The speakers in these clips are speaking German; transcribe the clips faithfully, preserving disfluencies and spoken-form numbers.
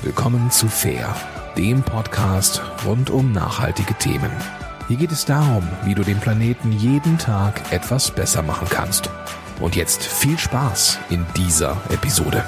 willkommen zu Fair, dem Podcast rund um nachhaltige Themen. Hier geht es darum, wie du den Planeten jeden Tag etwas besser machen kannst. Und jetzt viel Spaß in dieser Episode.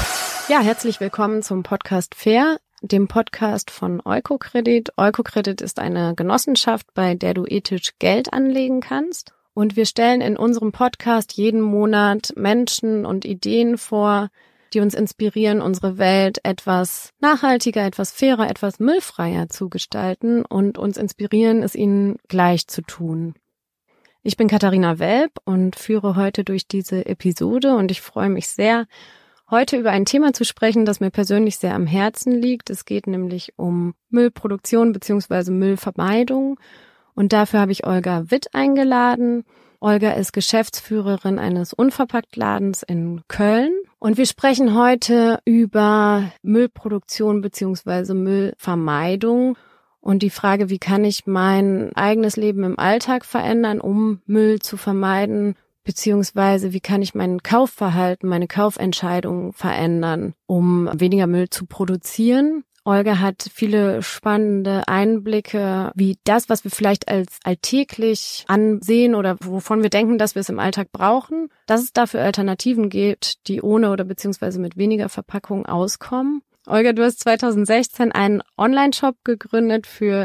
Ja, herzlich willkommen zum Podcast Fair, dem Podcast von Eukokredit. Eukokredit ist eine Genossenschaft, bei der du ethisch Geld anlegen kannst. Und wir stellen in unserem Podcast jeden Monat Menschen und Ideen vor, die uns inspirieren, unsere Welt etwas nachhaltiger, etwas fairer, etwas müllfreier zu gestalten und uns inspirieren, es ihnen gleich zu tun. Ich bin Katharina Welp und führe heute durch diese Episode und ich freue mich sehr, heute über ein Thema zu sprechen, das mir persönlich sehr am Herzen liegt. Es geht nämlich um Müllproduktion bzw. Müllvermeidung und dafür habe ich Olga Witt eingeladen. Olga ist Geschäftsführerin eines Unverpacktladens in Köln und wir sprechen heute über Müllproduktion bzw. Müllvermeidung und die Frage, wie kann ich mein eigenes Leben im Alltag verändern, um Müll zu vermeiden, beziehungsweise wie kann ich mein Kaufverhalten, meine Kaufentscheidungen verändern, um weniger Müll zu produzieren. Olga hat viele spannende Einblicke, wie das, was wir vielleicht als alltäglich ansehen oder wovon wir denken, dass wir es im Alltag brauchen, dass es dafür Alternativen gibt, die ohne oder beziehungsweise mit weniger Verpackung auskommen. Olga, du hast zweitausendsechzehn einen Online-Shop gegründet für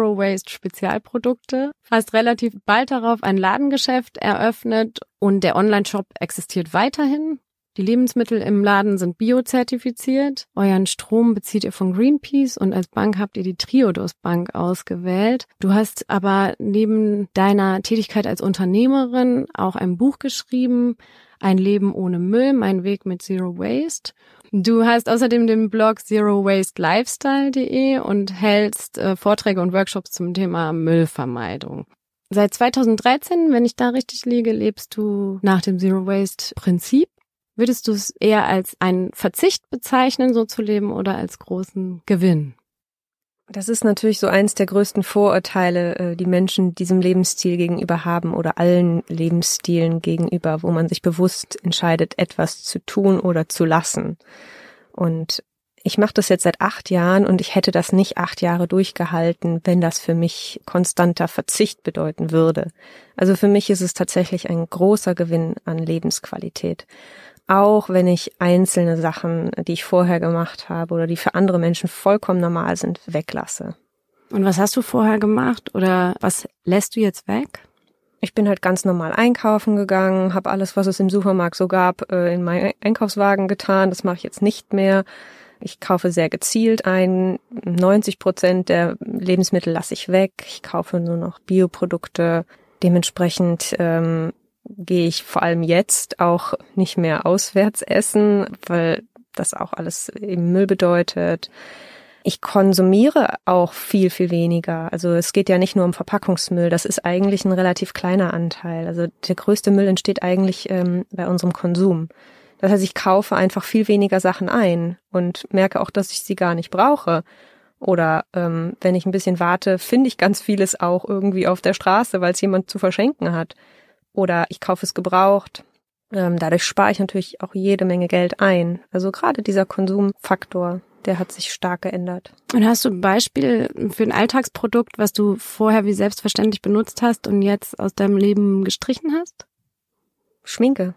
Zero-Waste-Spezialprodukte, hast relativ bald darauf ein Ladengeschäft eröffnet und der Online-Shop existiert weiterhin. Die Lebensmittel im Laden sind biozertifiziert. Euren Strom bezieht ihr von Greenpeace und als Bank habt ihr die Triodos Bank ausgewählt. Du hast aber neben deiner Tätigkeit als Unternehmerin auch ein Buch geschrieben, Ein Leben ohne Müll, mein Weg mit Zero Waste. Du hast außerdem den Blog zero waste lifestyle punkt de und hältst äh, Vorträge und Workshops zum Thema Müllvermeidung. Seit zweitausenddreizehn, wenn ich da richtig liege, lebst du nach dem Zero Waste Prinzip. Würdest du es eher als einen Verzicht bezeichnen, so zu leben, oder als großen Gewinn? Das ist natürlich so eins der größten Vorurteile, die Menschen diesem Lebensstil gegenüber haben oder allen Lebensstilen gegenüber, wo man sich bewusst entscheidet, etwas zu tun oder zu lassen. Und ich mache das jetzt seit acht Jahren und ich hätte das nicht acht Jahre durchgehalten, wenn das für mich konstanter Verzicht bedeuten würde. Also für mich ist es tatsächlich ein großer Gewinn an Lebensqualität. Auch wenn ich einzelne Sachen, die ich vorher gemacht habe oder die für andere Menschen vollkommen normal sind, weglasse. Und was hast du vorher gemacht oder was lässt du jetzt weg? Ich bin halt ganz normal einkaufen gegangen, habe alles, was es im Supermarkt so gab, in meinen Einkaufswagen getan. Das mache ich jetzt nicht mehr. Ich kaufe sehr gezielt ein. neunzig Prozent der Lebensmittel lasse ich weg. Ich kaufe nur noch Bioprodukte. Dementsprechend ähm, gehe ich vor allem jetzt auch nicht mehr auswärts essen, weil das auch alles eben Müll bedeutet. Ich konsumiere auch viel, viel weniger. Also es geht ja nicht nur um Verpackungsmüll, das ist eigentlich ein relativ kleiner Anteil. Also der größte Müll entsteht eigentlich ähm, bei unserem Konsum. Das heißt, ich kaufe einfach viel weniger Sachen ein und merke auch, dass ich sie gar nicht brauche. Oder ähm, wenn ich ein bisschen warte, finde ich ganz vieles auch irgendwie auf der Straße, weil es jemand zu verschenken hat. Oder ich kaufe es gebraucht. Ähm, dadurch spare ich natürlich auch jede Menge Geld ein. Also gerade dieser Konsumfaktor, der hat sich stark geändert. Und hast du ein Beispiel für ein Alltagsprodukt, was du vorher wie selbstverständlich benutzt hast und jetzt aus deinem Leben gestrichen hast? Schminke.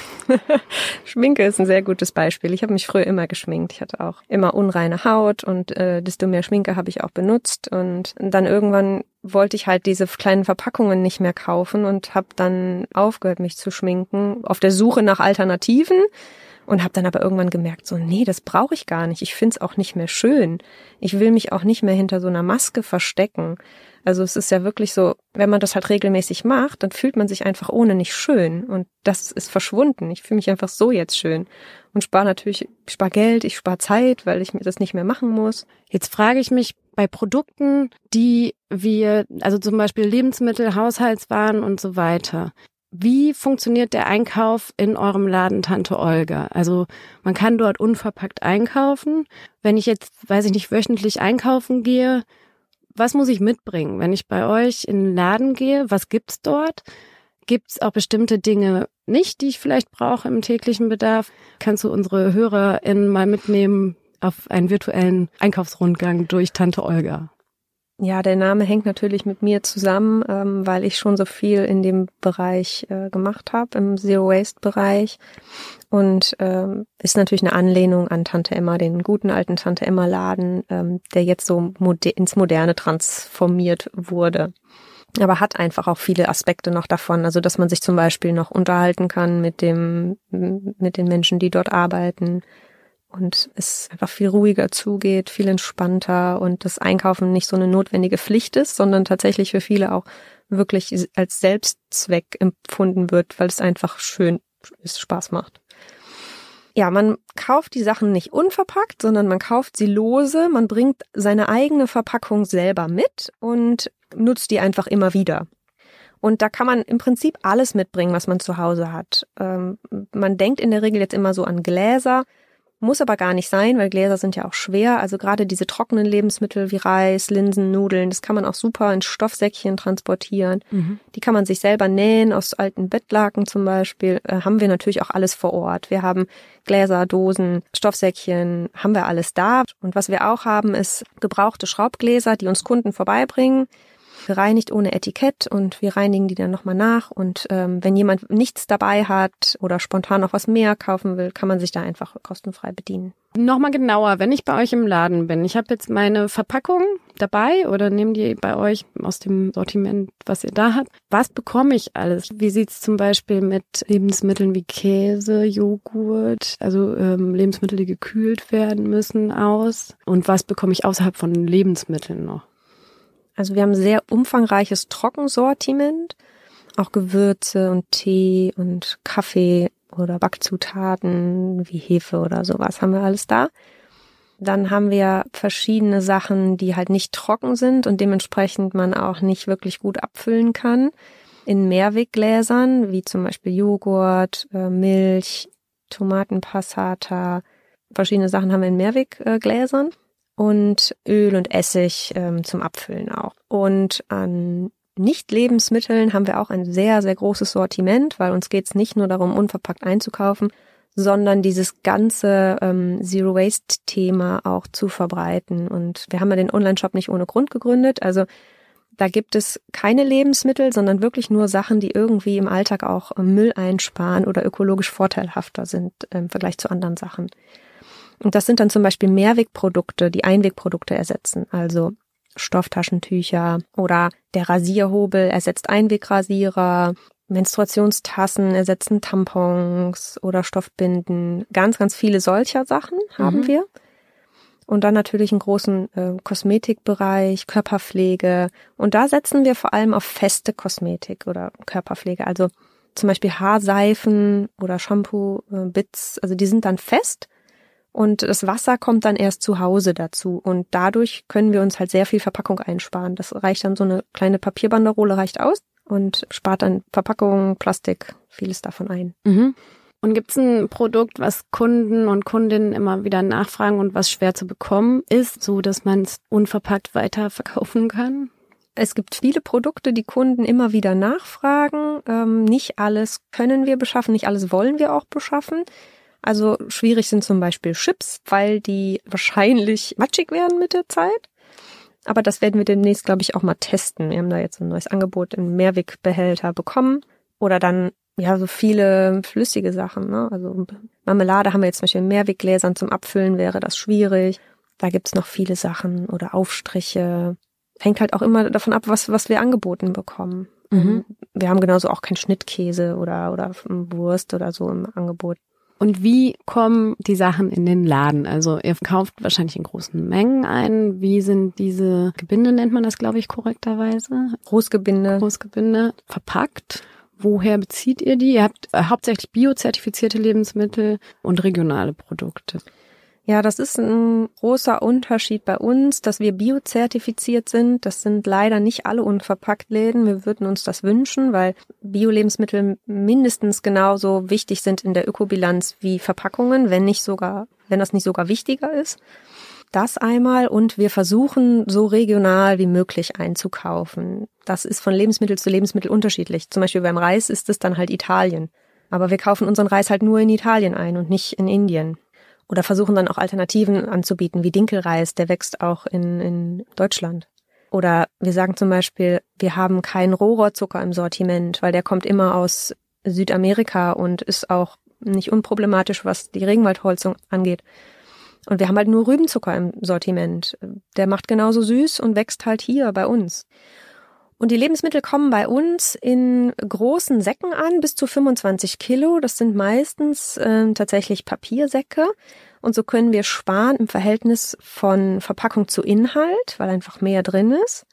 Schminke ist ein sehr gutes Beispiel. Ich habe mich früher immer geschminkt. Ich hatte auch immer unreine Haut und äh, desto mehr Schminke habe ich auch benutzt. Und dann irgendwann wollte ich halt diese kleinen Verpackungen nicht mehr kaufen und habe dann aufgehört, mich zu schminken, auf der Suche nach Alternativen. Und habe dann aber irgendwann gemerkt, so nee, das brauche ich gar nicht. Ich finde es auch nicht mehr schön. Ich will mich auch nicht mehr hinter so einer Maske verstecken. Also es ist ja wirklich so, wenn man das halt regelmäßig macht, dann fühlt man sich einfach ohne nicht schön. Und das ist verschwunden. Ich fühle mich einfach so jetzt schön. Und spare natürlich, ich spare Geld, ich spare Zeit, weil ich mir das nicht mehr machen muss. Jetzt frage ich mich bei Produkten, die wir, also zum Beispiel Lebensmittel, Haushaltswaren und so weiter. Wie funktioniert der Einkauf in eurem Laden Tante Olga? Also man kann dort unverpackt einkaufen. Wenn ich jetzt, weiß ich nicht, wöchentlich einkaufen gehe, was muss ich mitbringen? Wenn ich bei euch in den Laden gehe, was gibt's dort? Gibt's auch bestimmte Dinge nicht, die ich vielleicht brauche im täglichen Bedarf? Kannst du unsere HörerInnen mal mitnehmen, auf einen virtuellen Einkaufsrundgang durch Tante Olga? Ja, der Name hängt natürlich mit mir zusammen, ähm, weil ich schon so viel in dem Bereich äh, gemacht habe, im Zero-Waste-Bereich. Und ähm, ist natürlich eine Anlehnung an Tante Emma, den guten alten Tante Emma-Laden, ähm, der jetzt so moder- ins Moderne transformiert wurde. Aber hat einfach auch viele Aspekte noch davon. Also, dass man sich zum Beispiel noch unterhalten kann mit dem, mit den Menschen, die dort arbeiten. Und es einfach viel ruhiger zugeht, viel entspannter und das Einkaufen nicht so eine notwendige Pflicht ist, sondern tatsächlich für viele auch wirklich als Selbstzweck empfunden wird, weil es einfach schön ist, Spaß macht. Ja, man kauft die Sachen nicht unverpackt, sondern man kauft sie lose. Man bringt seine eigene Verpackung selber mit und nutzt die einfach immer wieder. Und da kann man im Prinzip alles mitbringen, was man zu Hause hat. Ähm, man denkt in der Regel jetzt immer so an Gläser, muss aber gar nicht sein, weil Gläser sind ja auch schwer. Also gerade diese trockenen Lebensmittel wie Reis, Linsen, Nudeln, das kann man auch super in Stoffsäckchen transportieren. Mhm. Die kann man sich selber nähen, aus alten Bettlaken zum Beispiel. Äh, haben wir natürlich auch alles vor Ort. Wir haben Gläser, Dosen, Stoffsäckchen, haben wir alles da. Und was wir auch haben, ist gebrauchte Schraubgläser, die uns Kunden vorbeibringen. Gereinigt ohne Etikett und wir reinigen die dann nochmal nach. Und ähm, wenn jemand nichts dabei hat oder spontan noch was mehr kaufen will, kann man sich da einfach kostenfrei bedienen. Nochmal genauer, wenn ich bei euch im Laden bin, ich habe jetzt meine Verpackung dabei oder nehme die bei euch aus dem Sortiment, was ihr da habt. Was bekomme ich alles? Wie sieht's zum Beispiel mit Lebensmitteln wie Käse, Joghurt, also ähm, Lebensmittel, die gekühlt werden müssen, aus? Und was bekomme ich außerhalb von Lebensmitteln noch? Also wir haben ein sehr umfangreiches Trockensortiment, auch Gewürze und Tee und Kaffee oder Backzutaten wie Hefe oder sowas haben wir alles da. Dann haben wir verschiedene Sachen, die halt nicht trocken sind und dementsprechend man auch nicht wirklich gut abfüllen kann. In Mehrweggläsern, wie zum Beispiel Joghurt, Milch, Tomatenpassata, verschiedene Sachen haben wir in Mehrweggläsern. Und Öl und Essig ähm, zum Abfüllen auch. Und an Nicht-Lebensmitteln haben wir auch ein sehr, sehr großes Sortiment, weil uns geht es nicht nur darum, unverpackt einzukaufen, sondern dieses ganze ähm, Zero-Waste-Thema auch zu verbreiten. Und wir haben ja den Online-Shop nicht ohne Grund gegründet. Also da gibt es keine Lebensmittel, sondern wirklich nur Sachen, die irgendwie im Alltag auch ähm, Müll einsparen oder ökologisch vorteilhafter sind im Vergleich zu anderen Sachen. Und das sind dann zum Beispiel Mehrwegprodukte, die Einwegprodukte ersetzen. Also Stofftaschentücher oder der Rasierhobel ersetzt Einwegrasierer, Menstruationstassen ersetzen Tampons oder Stoffbinden. Ganz, ganz viele solcher Sachen haben mhm. wir. Und dann natürlich einen großen äh, Kosmetikbereich, Körperpflege. Und da setzen wir vor allem auf feste Kosmetik oder Körperpflege. Also zum Beispiel Haarseifen oder Shampoo, äh, Bits. Also die sind dann fest. Und das Wasser kommt dann erst zu Hause dazu. Und dadurch können wir uns halt sehr viel Verpackung einsparen. Das reicht dann, so eine kleine Papierbanderole reicht aus und spart dann Verpackung, Plastik, vieles davon ein. Mhm. Und gibt's ein Produkt, was Kunden und Kundinnen immer wieder nachfragen und was schwer zu bekommen ist, so dass man es unverpackt weiterverkaufen kann? Es gibt viele Produkte, die Kunden immer wieder nachfragen. Ähm, nicht alles können wir beschaffen, nicht alles wollen wir auch beschaffen. Also schwierig sind zum Beispiel Chips, weil die wahrscheinlich matschig werden mit der Zeit. Aber das werden wir demnächst, glaube ich, auch mal testen. Wir haben da jetzt ein neues Angebot im Mehrwegbehälter bekommen. Oder dann, ja, so viele flüssige Sachen, ne? Also Marmelade haben wir jetzt zum Beispiel in Mehrweggläsern zum Abfüllen, wäre das schwierig. Da gibt's noch viele Sachen oder Aufstriche. Hängt halt auch immer davon ab, was, was wir angeboten bekommen. Mhm. Wir haben genauso auch keinen Schnittkäse oder, oder Wurst oder so im Angebot. Und wie kommen die Sachen in den Laden? Also ihr kauft wahrscheinlich in großen Mengen ein. Wie sind diese Gebinde, nennt man das, glaube ich, korrekterweise? Großgebinde. Großgebinde verpackt. Woher bezieht ihr die? Ihr habt äh, hauptsächlich biozertifizierte Lebensmittel und regionale Produkte. Ja, das ist ein großer Unterschied bei uns, dass wir biozertifiziert sind. Das sind leider nicht alle Unverpacktläden. Wir würden uns das wünschen, weil Bio-Lebensmittel mindestens genauso wichtig sind in der Ökobilanz wie Verpackungen, wenn nicht sogar, wenn das nicht sogar wichtiger ist. Das einmal, und wir versuchen, so regional wie möglich einzukaufen. Das ist von Lebensmittel zu Lebensmittel unterschiedlich. Zum Beispiel beim Reis ist es dann halt Italien. Aber wir kaufen unseren Reis halt nur in Italien ein und nicht in Indien. Oder versuchen dann auch Alternativen anzubieten, wie Dinkelreis, der wächst auch in, in Deutschland. Oder wir sagen zum Beispiel, wir haben keinen Rohrohrzucker im Sortiment, weil der kommt immer aus Südamerika und ist auch nicht unproblematisch, was die Regenwaldholzung angeht. Und wir haben halt nur Rübenzucker im Sortiment. Der macht genauso süß und wächst halt hier bei uns. Und die Lebensmittel kommen bei uns in großen Säcken an, bis zu fünfundzwanzig Kilo. Das sind meistens äh, tatsächlich Papiersäcke. Und so können wir sparen im Verhältnis von Verpackung zu Inhalt, weil einfach mehr drin ist.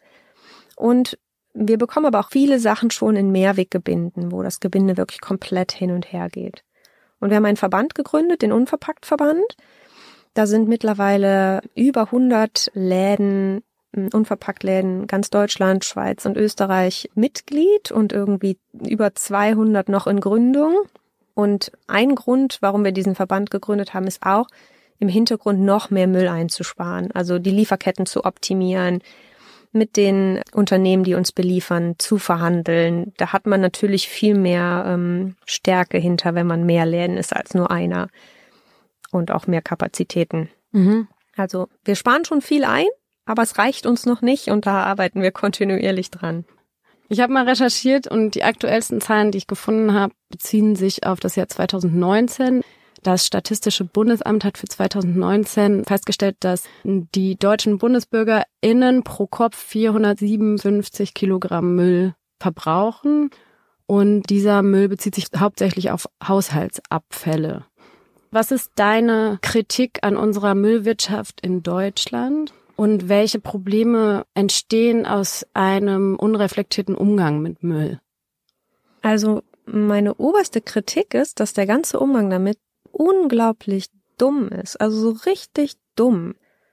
Und wir bekommen aber auch viele Sachen schon in Mehrweggebinden, wo das Gebinde wirklich komplett hin und her geht. Und wir haben einen Verband gegründet, den Unverpackt-Verband. Da sind mittlerweile über hundert Läden, Unverpackt-Läden, ganz Deutschland, Schweiz und Österreich Mitglied und irgendwie über zweihundert noch in Gründung. Und ein Grund, warum wir diesen Verband gegründet haben, ist auch, im Hintergrund noch mehr Müll einzusparen, also die Lieferketten zu optimieren, mit den Unternehmen, die uns beliefern, zu verhandeln. Da hat man natürlich viel mehr ähm, Stärke hinter, wenn man mehr Läden ist als nur einer und auch mehr Kapazitäten. Mhm. Also wir sparen schon viel ein, aber es reicht uns noch nicht und da arbeiten wir kontinuierlich dran. Ich habe mal recherchiert und die aktuellsten Zahlen, die ich gefunden habe, beziehen sich auf das Jahr zweitausendneunzehn. Das Statistische Bundesamt hat für zweitausendneunzehn festgestellt, dass die deutschen BundesbürgerInnen pro Kopf vierhundertsiebenundfünfzig Kilogramm Müll verbrauchen. Und dieser Müll bezieht sich hauptsächlich auf Haushaltsabfälle. Was ist deine Kritik an unserer Müllwirtschaft in Deutschland? Und welche Probleme entstehen aus einem unreflektierten Umgang mit Müll? Also meine oberste Kritik ist, dass der ganze Umgang damit unglaublich dumm ist. Also so richtig dumm.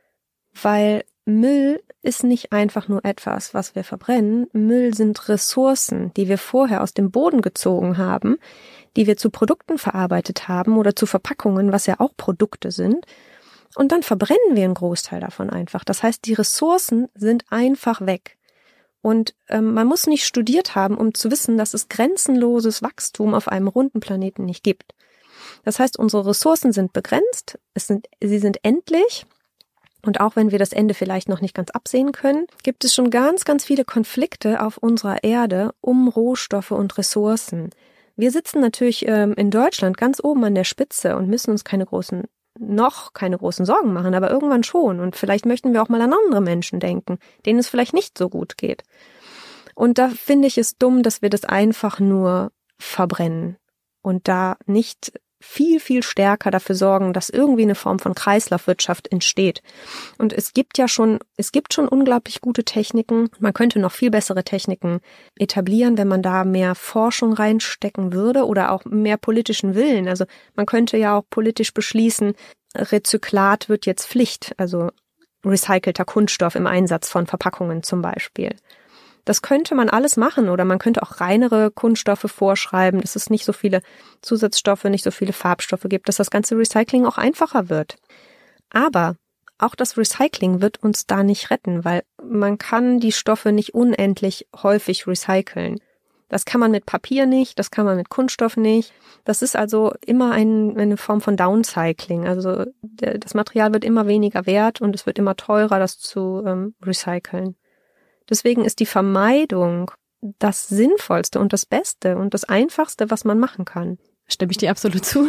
Weil Müll ist nicht einfach nur etwas, was wir verbrennen. Müll sind Ressourcen, die wir vorher aus dem Boden gezogen haben, die wir zu Produkten verarbeitet haben oder zu Verpackungen, was ja auch Produkte sind. Und dann verbrennen wir einen Großteil davon einfach. Das heißt, die Ressourcen sind einfach weg. Und ähm, man muss nicht studiert haben, um zu wissen, dass es grenzenloses Wachstum auf einem runden Planeten nicht gibt. Das heißt, unsere Ressourcen sind begrenzt, es sind, sie sind endlich. Und auch wenn wir das Ende vielleicht noch nicht ganz absehen können, gibt es schon ganz, ganz viele Konflikte auf unserer Erde um Rohstoffe und Ressourcen. Wir sitzen natürlich ähm, in Deutschland ganz oben an der Spitze und müssen uns keine großen noch keine großen Sorgen machen, aber irgendwann schon. Und vielleicht möchten wir auch mal an andere Menschen denken, denen es vielleicht nicht so gut geht. Und da finde ich es dumm, dass wir das einfach nur verbrennen und da nicht viel, viel stärker dafür sorgen, dass irgendwie eine Form von Kreislaufwirtschaft entsteht. Und es gibt ja schon, es gibt schon unglaublich gute Techniken. Man könnte noch viel bessere Techniken etablieren, wenn man da mehr Forschung reinstecken würde oder auch mehr politischen Willen. Also man könnte ja auch politisch beschließen, Rezyklat wird jetzt Pflicht, also recycelter Kunststoff im Einsatz von Verpackungen zum Beispiel. Das könnte man alles machen oder man könnte auch reinere Kunststoffe vorschreiben, dass es nicht so viele Zusatzstoffe, nicht so viele Farbstoffe gibt, dass das ganze Recycling auch einfacher wird. Aber auch das Recycling wird uns da nicht retten, weil man kann die Stoffe nicht unendlich häufig recyceln. Das kann man mit Papier nicht, das kann man mit Kunststoff nicht. Das ist also immer ein, eine Form von Downcycling. Also der, das Material wird immer weniger wert und es wird immer teurer, das zu ähm, recyceln. Deswegen ist die Vermeidung das Sinnvollste und das Beste und das Einfachste, was man machen kann. Stimme ich dir absolut zu.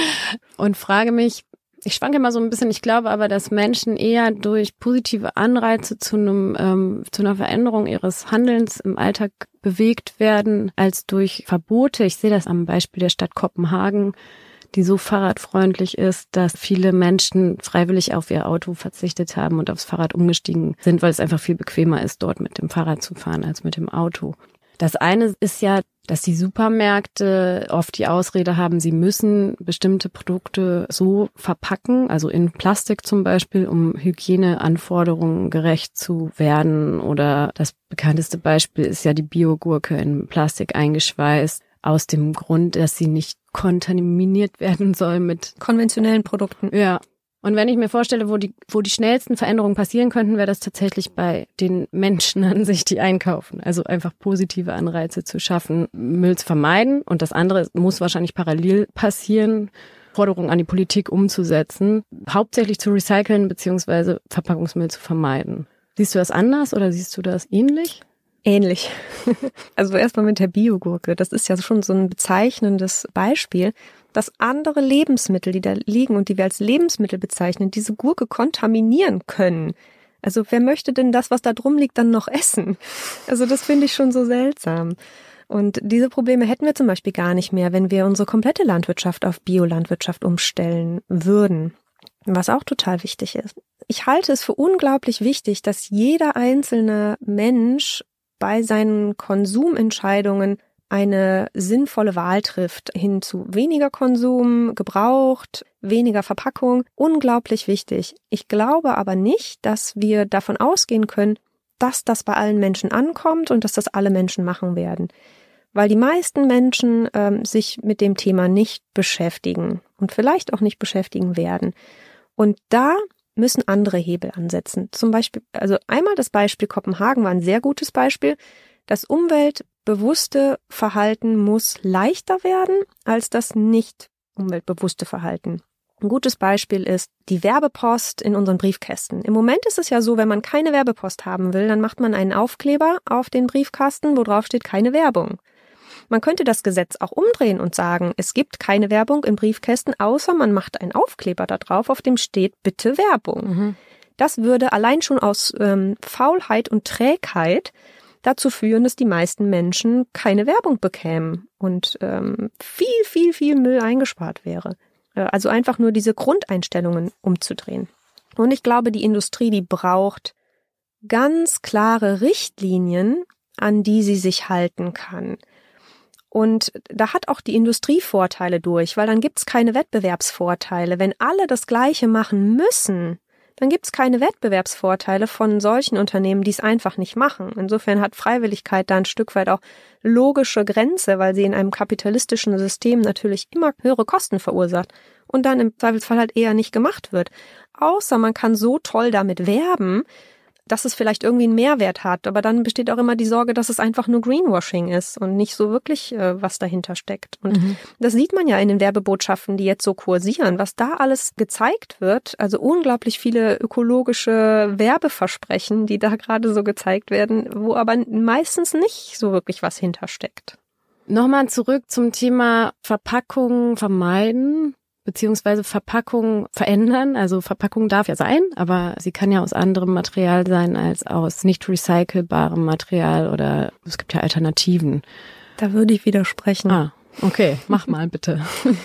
Und frage mich, ich schwanke immer so ein bisschen, ich glaube aber, dass Menschen eher durch positive Anreize zu einem ähm, zu einer Veränderung ihres Handelns im Alltag bewegt werden, als durch Verbote. Ich sehe das am Beispiel der Stadt Kopenhagen, die so fahrradfreundlich ist, dass viele Menschen freiwillig auf ihr Auto verzichtet haben und aufs Fahrrad umgestiegen sind, weil es einfach viel bequemer ist, dort mit dem Fahrrad zu fahren als mit dem Auto. Das eine ist ja, dass die Supermärkte oft die Ausrede haben, sie müssen bestimmte Produkte so verpacken, also in Plastik zum Beispiel, um Hygieneanforderungen gerecht zu werden. Oder das bekannteste Beispiel ist ja die Biogurke in Plastik eingeschweißt, aus dem Grund, dass sie nicht kontaminiert werden soll mit konventionellen Produkten. Ja. Und wenn ich mir vorstelle, wo die, wo die schnellsten Veränderungen passieren könnten, wäre das tatsächlich bei den Menschen an sich, die einkaufen. Also einfach positive Anreize zu schaffen, Müll zu vermeiden. Und das andere muss wahrscheinlich parallel passieren. Forderungen an die Politik umzusetzen, hauptsächlich zu recyceln bzw. Verpackungsmüll zu vermeiden. Siehst du das anders oder siehst du das ähnlich? Ähnlich. Also erstmal mit der Biogurke. Das ist ja schon so ein bezeichnendes Beispiel, dass andere Lebensmittel, die da liegen und die wir als Lebensmittel bezeichnen, diese Gurke kontaminieren können. Also wer möchte denn das, was da drum liegt, dann noch essen? Also das finde ich schon so seltsam. Und diese Probleme hätten wir zum Beispiel gar nicht mehr, wenn wir unsere komplette Landwirtschaft auf Biolandwirtschaft umstellen würden, was auch total wichtig ist. Ich halte es für unglaublich wichtig, dass jeder einzelne Mensch bei seinen Konsumentscheidungen eine sinnvolle Wahl trifft hin zu weniger Konsum, gebraucht, weniger Verpackung. Unglaublich wichtig. Ich glaube aber nicht, dass wir davon ausgehen können, dass das bei allen Menschen ankommt und dass das alle Menschen machen werden. Weil die meisten Menschen ähm, sich mit dem Thema nicht beschäftigen und vielleicht auch nicht beschäftigen werden. Und da müssen andere Hebel ansetzen. Zum Beispiel, also einmal das Beispiel Kopenhagen war ein sehr gutes Beispiel. Das umweltbewusste Verhalten muss leichter werden als das nicht umweltbewusste Verhalten. Ein gutes Beispiel ist die Werbepost in unseren Briefkästen. Im Moment ist es ja so, wenn man keine Werbepost haben will, dann macht man einen Aufkleber auf den Briefkasten, wo drauf steht keine Werbung. Man könnte das Gesetz auch umdrehen und sagen, es gibt keine Werbung in Briefkästen, außer man macht einen Aufkleber da drauf, auf dem steht bitte Werbung. Mhm. Das würde allein schon aus ähm, Faulheit und Trägheit dazu führen, dass die meisten Menschen keine Werbung bekämen und ähm, viel, viel, viel Müll eingespart wäre. Äh, also einfach nur diese Grundeinstellungen umzudrehen. Und ich glaube, die Industrie, die braucht ganz klare Richtlinien, an die sie sich halten kann. Und da hat auch die Industrie Vorteile durch, weil dann gibt's keine Wettbewerbsvorteile. Wenn alle das Gleiche machen müssen, dann gibt's keine Wettbewerbsvorteile von solchen Unternehmen, die es einfach nicht machen. Insofern hat Freiwilligkeit da ein Stück weit auch logische Grenze, weil sie in einem kapitalistischen System natürlich immer höhere Kosten verursacht und dann im Zweifelsfall halt eher nicht gemacht wird. Außer man kann so toll damit werben, dass es vielleicht irgendwie einen Mehrwert hat, aber dann besteht auch immer die Sorge, dass es einfach nur Greenwashing ist und nicht so wirklich, äh, was dahinter steckt. Und mhm. das sieht man ja in den Werbebotschaften, die jetzt so kursieren, was da alles gezeigt wird, also unglaublich viele ökologische Werbeversprechen, die da gerade so gezeigt werden, wo aber meistens nicht so wirklich was hintersteckt. Nochmal zurück zum Thema Verpackung vermeiden. Beziehungsweise Verpackung verändern. Also Verpackung darf ja sein, aber sie kann ja aus anderem Material sein als aus nicht recycelbarem Material oder es gibt ja Alternativen. Da würde ich widersprechen. Ah, okay, mach mal bitte.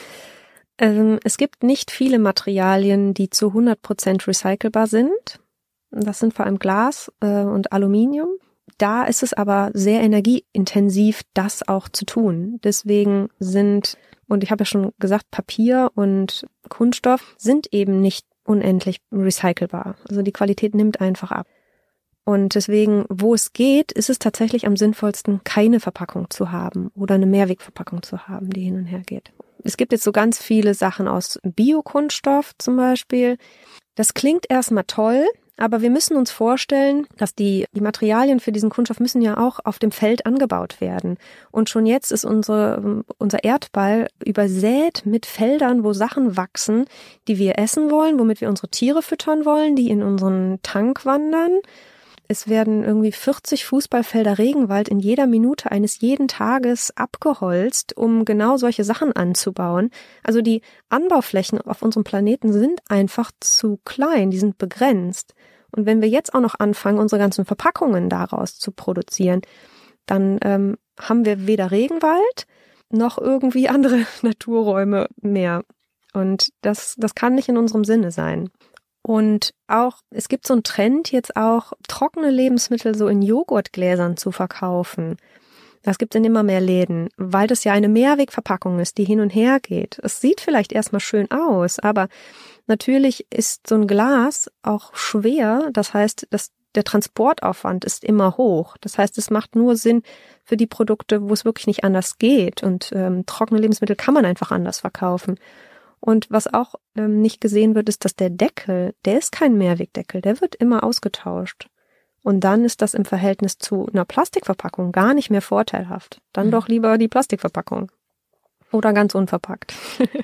ähm, es gibt nicht viele Materialien, die zu hundert Prozent recycelbar sind. Das sind vor allem Glas äh, und Aluminium. Da ist es aber sehr energieintensiv, das auch zu tun. Deswegen sind Und ich habe ja schon gesagt, Papier und Kunststoff sind eben nicht unendlich recycelbar. Also die Qualität nimmt einfach ab. Und deswegen, wo es geht, ist es tatsächlich am sinnvollsten, keine Verpackung zu haben oder eine Mehrwegverpackung zu haben, die hin und her geht. Es gibt jetzt so ganz viele Sachen aus Biokunststoff zum Beispiel. Das klingt erstmal toll, aber wir müssen uns vorstellen, dass die, die Materialien für diesen Kunststoff müssen ja auch auf dem Feld angebaut werden. Und schon jetzt ist unsere, unser Erdball übersät mit Feldern, wo Sachen wachsen, die wir essen wollen, womit wir unsere Tiere füttern wollen, die in unseren Tank wandern. Es werden irgendwie vierzig Fußballfelder Regenwald in jeder Minute eines jeden Tages abgeholzt, um genau solche Sachen anzubauen. Also die Anbauflächen auf unserem Planeten sind einfach zu klein, die sind begrenzt. Und wenn wir jetzt auch noch anfangen, unsere ganzen Verpackungen daraus zu produzieren, dann ähm, haben wir weder Regenwald noch irgendwie andere Naturräume mehr. Und das, das kann nicht in unserem Sinne sein. Und auch, es gibt so einen Trend jetzt auch, trockene Lebensmittel so in Joghurtgläsern zu verkaufen. Das gibt es in immer mehr Läden, weil das ja eine Mehrwegverpackung ist, die hin und her geht. Es sieht vielleicht erstmal schön aus, aber natürlich ist so ein Glas auch schwer. Das heißt, dass der Transportaufwand ist immer hoch. Das heißt, es macht nur Sinn für die Produkte, wo es wirklich nicht anders geht. Und ähm, trockene Lebensmittel kann man einfach anders verkaufen. Und was auch ähm, nicht gesehen wird, ist, dass der Deckel, der ist kein Mehrwegdeckel, der wird immer ausgetauscht. Und dann ist das im Verhältnis zu einer Plastikverpackung gar nicht mehr vorteilhaft. Dann mhm. doch lieber die Plastikverpackung. Oder ganz unverpackt.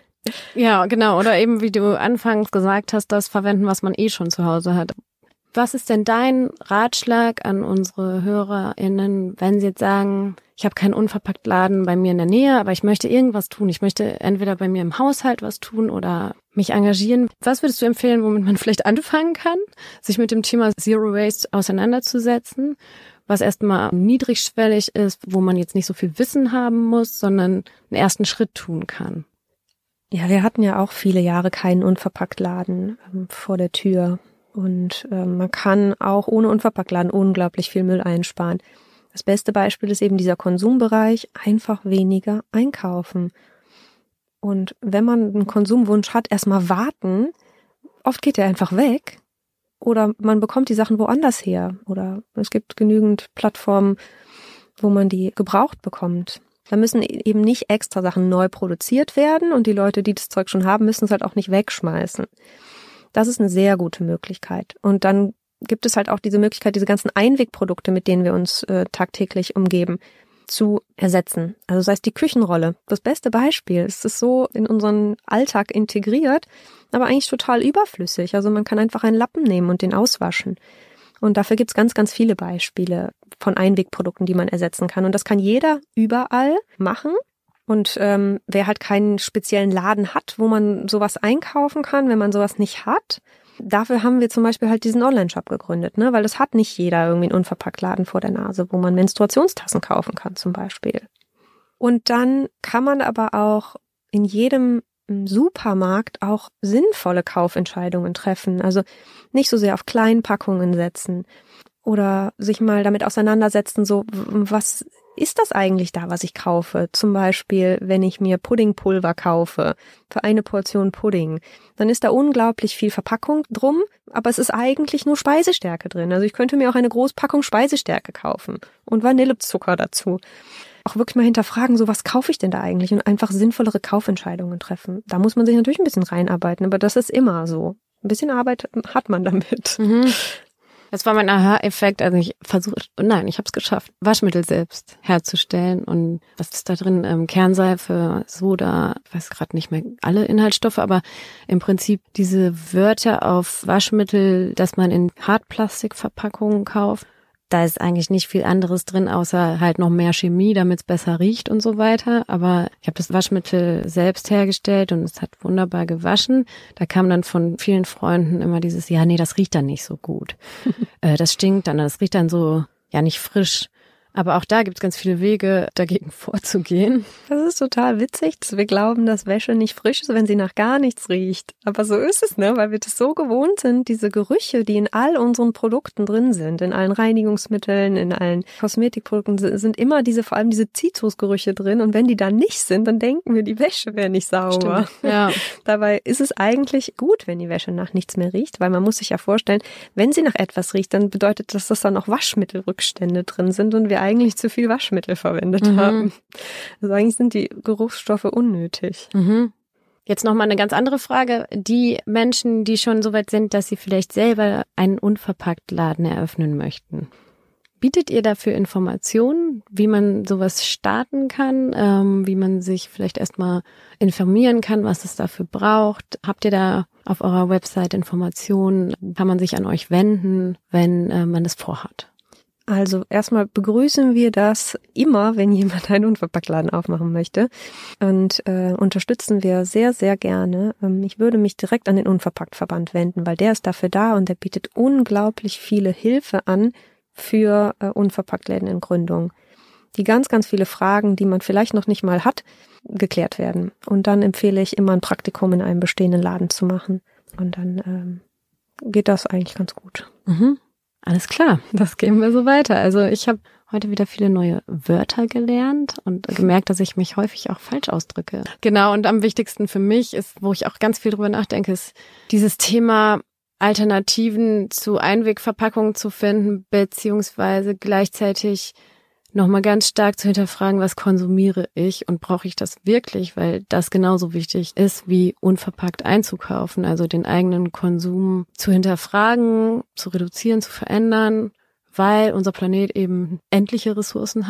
Ja, genau. Oder eben, wie du anfangs gesagt hast, das verwenden, was man eh schon zu Hause hat. Was ist denn dein Ratschlag an unsere HörerInnen, wenn sie jetzt sagen, ich habe keinen Unverpacktladen bei mir in der Nähe, aber ich möchte irgendwas tun. Ich möchte entweder bei mir im Haushalt was tun oder mich engagieren. Was würdest du empfehlen, womit man vielleicht anfangen kann, sich mit dem Thema Zero Waste auseinanderzusetzen, was erstmal niedrigschwellig ist, wo man jetzt nicht so viel Wissen haben muss, sondern einen ersten Schritt tun kann? Ja, wir hatten ja auch viele Jahre keinen Unverpacktladen ähm, vor der Tür. Und äh, man kann auch ohne Unverpacktladen unglaublich viel Müll einsparen. Das beste Beispiel ist eben dieser Konsumbereich, einfach weniger einkaufen. Und wenn man einen Konsumwunsch hat, erstmal warten. Oft geht er einfach weg. Oder man bekommt die Sachen woanders her. Oder es gibt genügend Plattformen, wo man die gebraucht bekommt. Da müssen eben nicht extra Sachen neu produziert werden. Und die Leute, die das Zeug schon haben, müssen es halt auch nicht wegschmeißen. Das ist eine sehr gute Möglichkeit. Und dann gibt es halt auch diese Möglichkeit, diese ganzen Einwegprodukte, mit denen wir uns äh, tagtäglich umgeben, zu ersetzen. Also sei es die Küchenrolle. Das beste Beispiel. Es ist so in unseren Alltag integriert, aber eigentlich total überflüssig. Also man kann einfach einen Lappen nehmen und den auswaschen. Und dafür gibt's ganz, ganz viele Beispiele von Einwegprodukten, die man ersetzen kann. Und das kann jeder überall machen. Und ähm, wer halt keinen speziellen Laden hat, wo man sowas einkaufen kann, wenn man sowas nicht hat, dafür haben wir zum Beispiel halt diesen Online-Shop gegründet, ne? Weil das hat nicht jeder irgendwie einen Unverpacktladen vor der Nase, wo man Menstruationstassen kaufen kann zum Beispiel. Und dann kann man aber auch in jedem Supermarkt auch sinnvolle Kaufentscheidungen treffen. Also nicht so sehr auf Kleinpackungen setzen oder sich mal damit auseinandersetzen, so was ist das eigentlich da, was ich kaufe? Zum Beispiel, wenn ich mir Puddingpulver kaufe für eine Portion Pudding, dann ist da unglaublich viel Verpackung drum, aber es ist eigentlich nur Speisestärke drin. Also ich könnte mir auch eine Großpackung Speisestärke kaufen und Vanillezucker dazu. Auch wirklich mal hinterfragen, so was kaufe ich denn da eigentlich und einfach sinnvollere Kaufentscheidungen treffen. Da muss man sich natürlich ein bisschen reinarbeiten, aber das ist immer so. Ein bisschen Arbeit hat man damit. Mhm. Das war mein Aha-Effekt. Also ich versuche, nein, ich habe es geschafft, Waschmittel selbst herzustellen. Und was ist da drin? Ähm, Kernseife, Soda, ich weiß gerade nicht mehr alle Inhaltsstoffe, aber im Prinzip diese Wörter auf Waschmittel, dass man in Hartplastikverpackungen kauft. Da ist eigentlich nicht viel anderes drin, außer halt noch mehr Chemie, damit es besser riecht und so weiter. Aber ich habe das Waschmittel selbst hergestellt und es hat wunderbar gewaschen. Da kam dann von vielen Freunden immer dieses, ja, nee, das riecht dann nicht so gut. äh, das stinkt dann, das riecht dann so, ja, nicht frisch. Aber auch da gibt es ganz viele Wege, dagegen vorzugehen. Das ist total witzig, dass wir glauben, dass Wäsche nicht frisch ist, wenn sie nach gar nichts riecht. Aber so ist es, ne? Weil wir das so gewohnt sind, diese Gerüche, die in all unseren Produkten drin sind, in allen Reinigungsmitteln, in allen Kosmetikprodukten, sind immer diese, vor allem diese Zitrusgerüche drin. Und wenn die da nicht sind, dann denken wir, die Wäsche wäre nicht sauber. Stimmt, ja. Dabei ist es eigentlich gut, wenn die Wäsche nach nichts mehr riecht, weil man muss sich ja vorstellen, wenn sie nach etwas riecht, dann bedeutet das, dass da noch Waschmittelrückstände drin sind und wir eigentlich zu viel Waschmittel verwendet mhm. haben. Also eigentlich sind die Geruchsstoffe unnötig. Mhm. Jetzt nochmal eine ganz andere Frage. Die Menschen, die schon so weit sind, dass sie vielleicht selber einen Unverpacktladen eröffnen möchten. Bietet ihr dafür Informationen, wie man sowas starten kann, ähm, wie man sich vielleicht erstmal informieren kann, was es dafür braucht? Habt ihr da auf eurer Website Informationen? Kann man sich an euch wenden, wenn äh, man das vorhat? Also erstmal begrüßen wir das immer, wenn jemand einen Unverpacktladen aufmachen möchte und äh, unterstützen wir sehr, sehr gerne. Ähm, ich würde mich direkt an den Unverpacktverband wenden, weil der ist dafür da und der bietet unglaublich viele Hilfe an für äh, Unverpacktläden in Gründung, die ganz, ganz viele Fragen, die man vielleicht noch nicht mal hat, geklärt werden. Und dann empfehle ich immer ein Praktikum in einem bestehenden Laden zu machen und dann ähm, geht das eigentlich ganz gut. Mhm. Alles klar, das geben wir so weiter. Also ich habe heute wieder viele neue Wörter gelernt und gemerkt, dass ich mich häufig auch falsch ausdrücke. Genau, und am wichtigsten für mich ist, wo ich auch ganz viel drüber nachdenke, ist dieses Thema Alternativen zu Einwegverpackungen zu finden, beziehungsweise gleichzeitig nochmal ganz stark zu hinterfragen, was konsumiere ich und brauche ich das wirklich, weil das genauso wichtig ist, wie unverpackt einzukaufen, also den eigenen Konsum zu hinterfragen, zu reduzieren, zu verändern, weil unser Planet eben endliche Ressourcen hat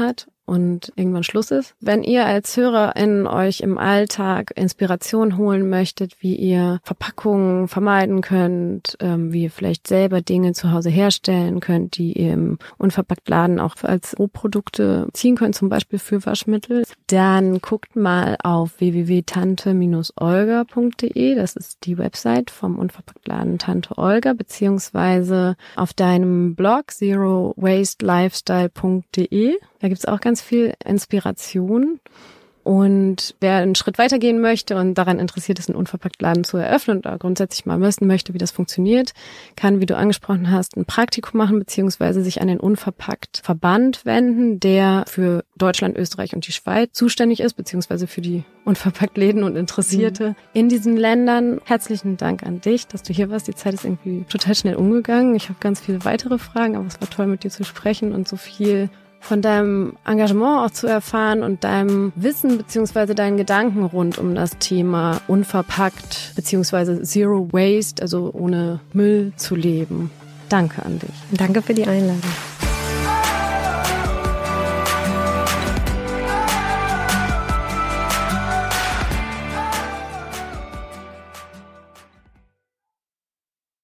und irgendwann Schluss ist. Wenn ihr als HörerInnen euch im Alltag Inspiration holen möchtet, wie ihr Verpackungen vermeiden könnt, ähm, wie ihr vielleicht selber Dinge zu Hause herstellen könnt, die ihr im Unverpacktladen auch als Rohprodukte ziehen könnt, zum Beispiel für Waschmittel, dann guckt mal auf w w w punkt tante Bindestrich olga punkt d e. Das ist die Website vom Unverpacktladen Tante Olga, beziehungsweise auf deinem Blog zero waste lifestyle punkt d e. Da gibt's auch ganz viel Inspiration. Und wer einen Schritt weitergehen möchte und daran interessiert ist, einen Unverpacktladen zu eröffnen und da grundsätzlich mal wissen möchte, wie das funktioniert, kann, wie du angesprochen hast, ein Praktikum machen beziehungsweise sich an den Unverpackt-Verband wenden, der für Deutschland, Österreich und die Schweiz zuständig ist, beziehungsweise für die Unverpacktläden und Interessierte mhm. in diesen Ländern. Herzlichen Dank an dich, dass du hier warst. Die Zeit ist irgendwie total schnell umgegangen. Ich habe ganz viele weitere Fragen, aber es war toll, mit dir zu sprechen und so viel von deinem Engagement auch zu erfahren und deinem Wissen beziehungsweise deinen Gedanken rund um das Thema unverpackt beziehungsweise Zero Waste, also ohne Müll zu leben. Danke an dich. Danke für die Einladung.